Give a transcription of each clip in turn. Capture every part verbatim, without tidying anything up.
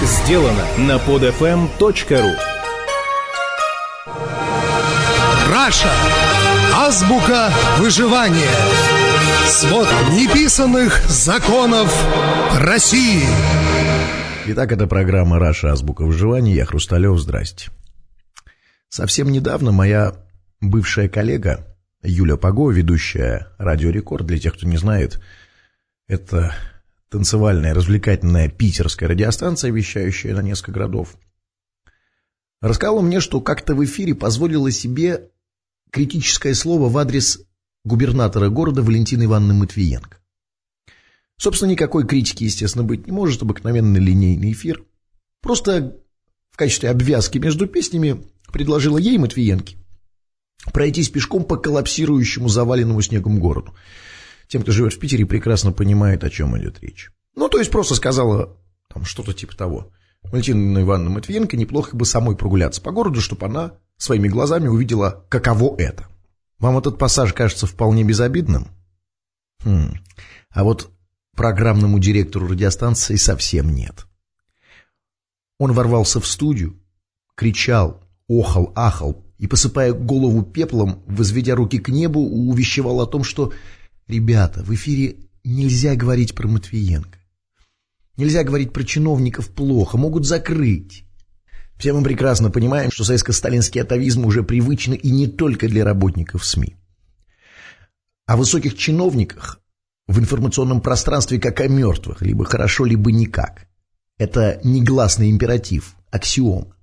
сделано на подфм точка ру. Раша. Азбука выживания. Свод неписанных законов России. Итак, это программа «Раша. Азбука выживания». Я Хрусталев. Здрасте. Совсем недавно моя бывшая коллега Юля Паго, ведущая «Радио Рекорд», для тех, кто не знает, это танцевальная, развлекательная питерская радиостанция, вещающая на несколько городов, рассказала мне, что как-то в эфире позволила себе критическое слово в адрес губернатора города Валентины Ивановны Матвиенко. Собственно, никакой критики, естественно, быть не может, обыкновенный линейный эфир. Просто в качестве обвязки между песнями предложила ей, Матвиенке, пройтись пешком по коллапсирующему, заваленному снегом городу. Тем, кто живет в Питере, прекрасно понимает, о чем идет речь. Ну, то есть просто сказала там что-то типа того: Валентина Ивановна Матвиенко, неплохо бы самой прогуляться по городу, чтобы она своими глазами увидела, каково это. Вам этот пассаж кажется вполне безобидным? Хм. А вот программному директору радиостанции совсем нет. Он ворвался в студию, кричал, охал, ахал и, посыпая голову пеплом, возведя руки к небу, увещевал о том, что, ребята, в эфире нельзя говорить про Матвиенко. Нельзя говорить про чиновников плохо, могут закрыть. Все мы прекрасно понимаем, что советско-сталинский атовизм уже привычны и не только для работников СМИ. О высоких чиновниках в информационном пространстве как о мертвых, либо хорошо, либо никак. Это негласный императив, аксиом.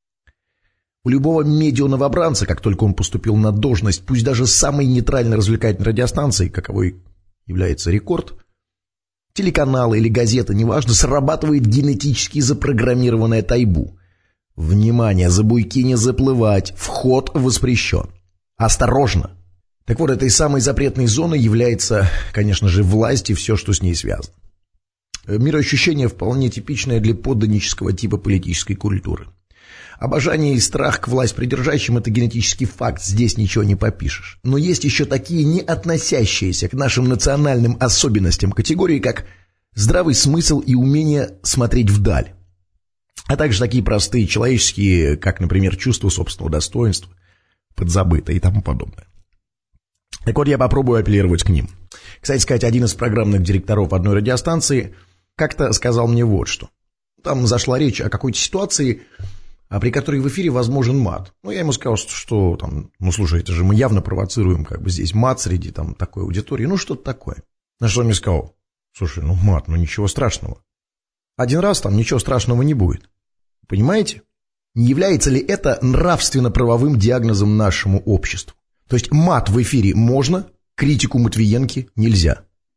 У любого медиа-новобранца, как только он поступил на должность, пусть даже самой нейтральной развлекательной радиостанции, каковой является Рекорд, телеканала или газета, неважно, срабатывает генетически запрограммированное тайбу. Внимание, за буйки не заплывать, вход воспрещен. Осторожно! Так вот, этой самой запретной зоной является, конечно же, власть и все, что с ней связано. Мироощущение вполне типичное для подданнического типа политической культуры. Обожание и страх к власть придержащим – это генетический факт, здесь ничего не попишешь. Но есть еще такие, не относящиеся к нашим национальным особенностям категории, как здравый смысл и умение смотреть вдаль. А также такие простые человеческие, как, например, чувство собственного достоинства, подзабытое и тому подобное. Так вот, я попробую апеллировать к ним. Кстати сказать, один из программных директоров одной радиостанции как-то сказал мне вот что. Там зашла речь о какой-то ситуации, при которой в эфире возможен мат. Ну, я ему сказал, что, что там, ну, слушай, это же мы явно провоцируем как бы здесь мат среди там такой аудитории, ну, что-то такое. На что он мне сказал: слушай, ну, мат, ну, ничего страшного. Один раз там ничего страшного не будет. Понимаете? Не является ли это нравственно-правовым диагнозом нашему обществу? То есть мат в эфире можно, критику Матвиенки нельзя.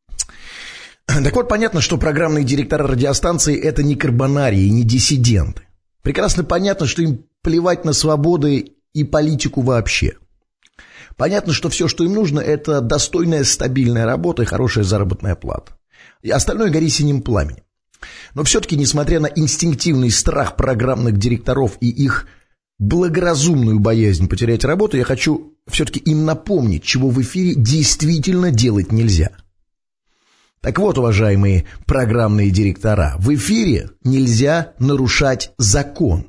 Так вот, понятно, что программные директора радиостанции – это не карбонарии, не диссиденты. Прекрасно понятно, что им плевать на свободы и политику вообще. Понятно, что все, что им нужно – это достойная, стабильная работа и хорошая заработная плата. И остальное гори синим пламенем. Но все-таки, несмотря на инстинктивный страх программных директоров и их благоразумную боязнь потерять работу, я хочу все-таки им напомнить, чего в эфире действительно делать нельзя. Так вот, уважаемые программные директора, в эфире нельзя нарушать закон.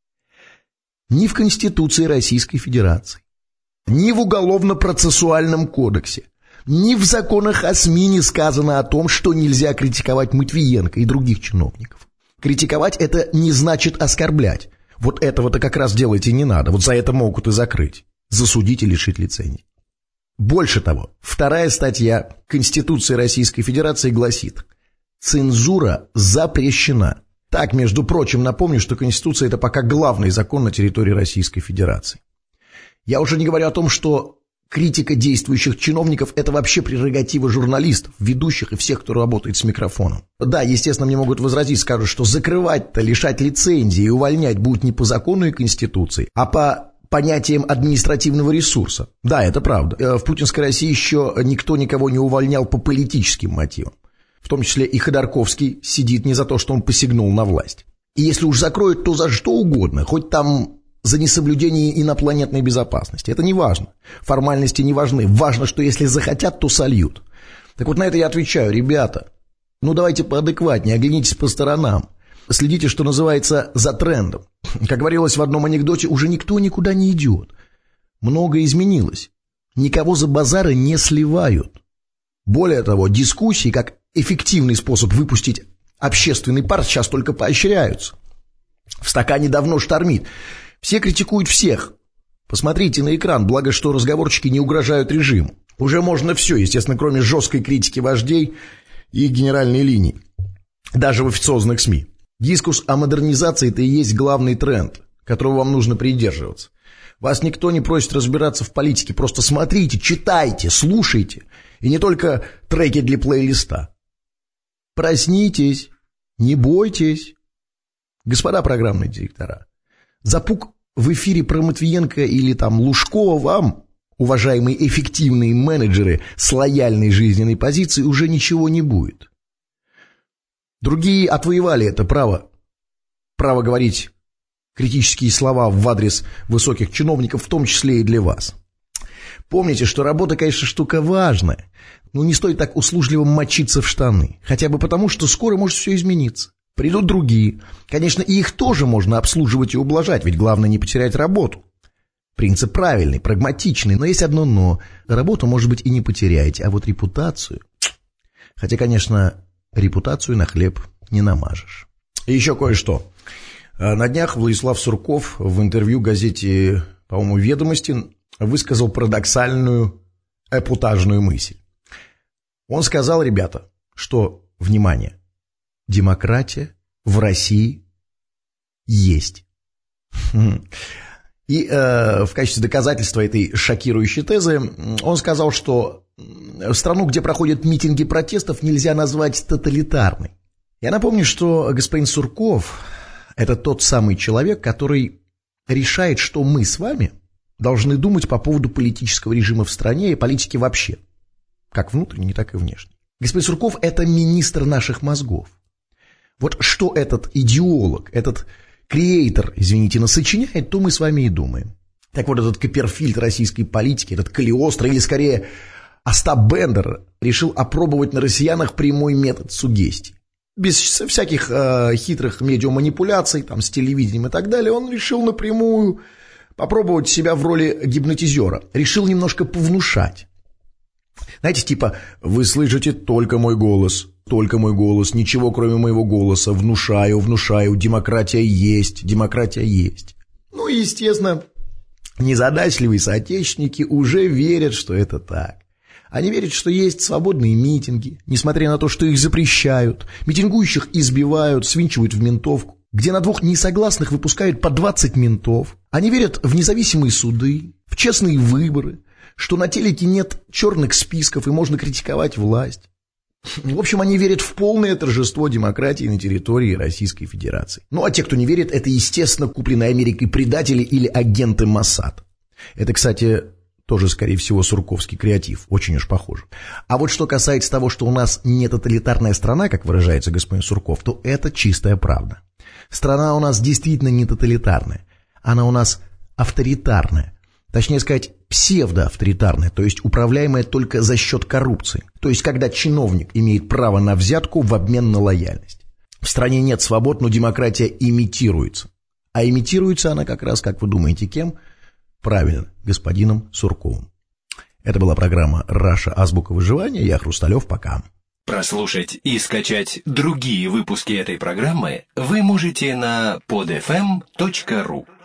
Ни в Конституции Российской Федерации, ни в Уголовно-процессуальном кодексе, ни в законах о СМИ не сказано о том, что нельзя критиковать Матвиенко и других чиновников. Критиковать – это не значит оскорблять. Вот этого-то как раз делать и не надо. Вот за это могут и закрыть, засудить и лишить лицензий. Больше того, вторая статья Конституции Российской Федерации гласит: цензура запрещена. Так, между прочим, напомню, что Конституция – это пока главный закон на территории Российской Федерации. Я уже не говорю о том, что критика действующих чиновников – это вообще прерогатива журналистов, ведущих и всех, кто работает с микрофоном. Да, естественно, мне могут возразить, скажут, что закрывать-то, лишать лицензии и увольнять будут не по закону и Конституции, а по понятиям административного ресурса. Да, это правда. В путинской России еще никто никого не увольнял по политическим мотивам. В том числе и Ходорковский сидит не за то, что он посягнул на власть. И если уж закроют, то за что угодно, хоть там за несоблюдение инопланетной безопасности. Это не важно. Формальности не важны. Важно, что если захотят, то сольют. Так вот на это я отвечаю: ребята, ну давайте поадекватнее, оглянитесь по сторонам. Следите, что называется, за трендом. Как говорилось в одном анекдоте, уже никто никуда не идет. Многое изменилось. Никого за базары не сливают. Более того, дискуссии, как эффективный способ выпустить общественный пар, сейчас только поощряются. В стакане давно штормит. Все критикуют всех. Посмотрите на экран, благо что разговорчики не угрожают режиму. Уже можно все, естественно, кроме жесткой критики вождей и их генеральной линии. Даже в официозных СМИ. Дискурс о модернизации – это и есть главный тренд, которого вам нужно придерживаться. Вас никто не просит разбираться в политике, просто смотрите, читайте, слушайте. И не только треки для плейлиста. Проснитесь, не бойтесь. Господа программные директора, запук в эфире про Матвиенко или там Лужкова вам, уважаемые эффективные менеджеры с лояльной жизненной позицией, уже ничего не будет. Другие отвоевали это право, право говорить критические слова в адрес высоких чиновников, в том числе и для вас. Помните, что работа, конечно, штука важная, но не стоит так услужливо мочиться в штаны, хотя бы потому, что скоро может все измениться. Придут другие. Конечно, и их тоже можно обслуживать и ублажать, ведь главное не потерять работу. Принцип правильный, прагматичный, но есть одно «но». Работу, может быть, и не потеряете, а вот репутацию... Хотя, конечно, репутацию на хлеб не намажешь. И еще кое-что. На днях Владислав Сурков в интервью газете, по-моему, «Ведомости» высказал парадоксальную эпатажную мысль. Он сказал, ребята, что, внимание, демократия в России есть. И э, в качестве доказательства этой шокирующей тезы он сказал, что страну, где проходят митинги протестов, нельзя назвать тоталитарной. Я напомню, что господин Сурков – это тот самый человек, который решает, что мы с вами должны думать по поводу политического режима в стране и политики вообще, как внутренней, так и внешней. Господин Сурков – это министр наших мозгов. Вот что этот идеолог, этот креатор, извините, насочиняет, то мы с вами и думаем. Так вот, этот Копперфильд российской политики, этот Калиостро, или скорее Остап Бендер, решил опробовать на россиянах прямой метод суггестии. Без всяких э, хитрых медиаманипуляций, там, с телевидением и так далее, он решил напрямую попробовать себя в роли гипнотизера. Решил немножко повнушать. Знаете, типа, вы слышите только мой голос, только мой голос, ничего кроме моего голоса, внушаю, внушаю, демократия есть, демократия есть. Ну и, естественно, незадачливые соотечественники уже верят, что это так. Они верят, что есть свободные митинги, несмотря на то, что их запрещают, митингующих избивают, свинчивают в ментовку, где на двух несогласных выпускают по двадцать ментов. Они верят в независимые суды, в честные выборы, что на телеке нет черных списков и можно критиковать власть. В общем, они верят в полное торжество демократии на территории Российской Федерации. Ну, а те, кто не верит, это, естественно, купленные Америкой предатели или агенты Моссад. Это, кстати, тоже, скорее всего, сурковский креатив, очень уж похоже. А вот что касается того, что у нас не тоталитарная страна, как выражается господин Сурков, то это чистая правда. Страна у нас действительно не тоталитарная, она у нас авторитарная. Точнее сказать, псевдоавторитарная, то есть управляемая только за счет коррупции. То есть, когда чиновник имеет право на взятку в обмен на лояльность. В стране нет свобод, но демократия имитируется. А имитируется она как раз, как вы думаете, кем? Правильно, господином Сурковым. Это была программа «Раша. Азбука выживания». Я Хрусталев. Пока. Прослушать и скачать другие выпуски этой программы вы можете на под эф эм точка ру.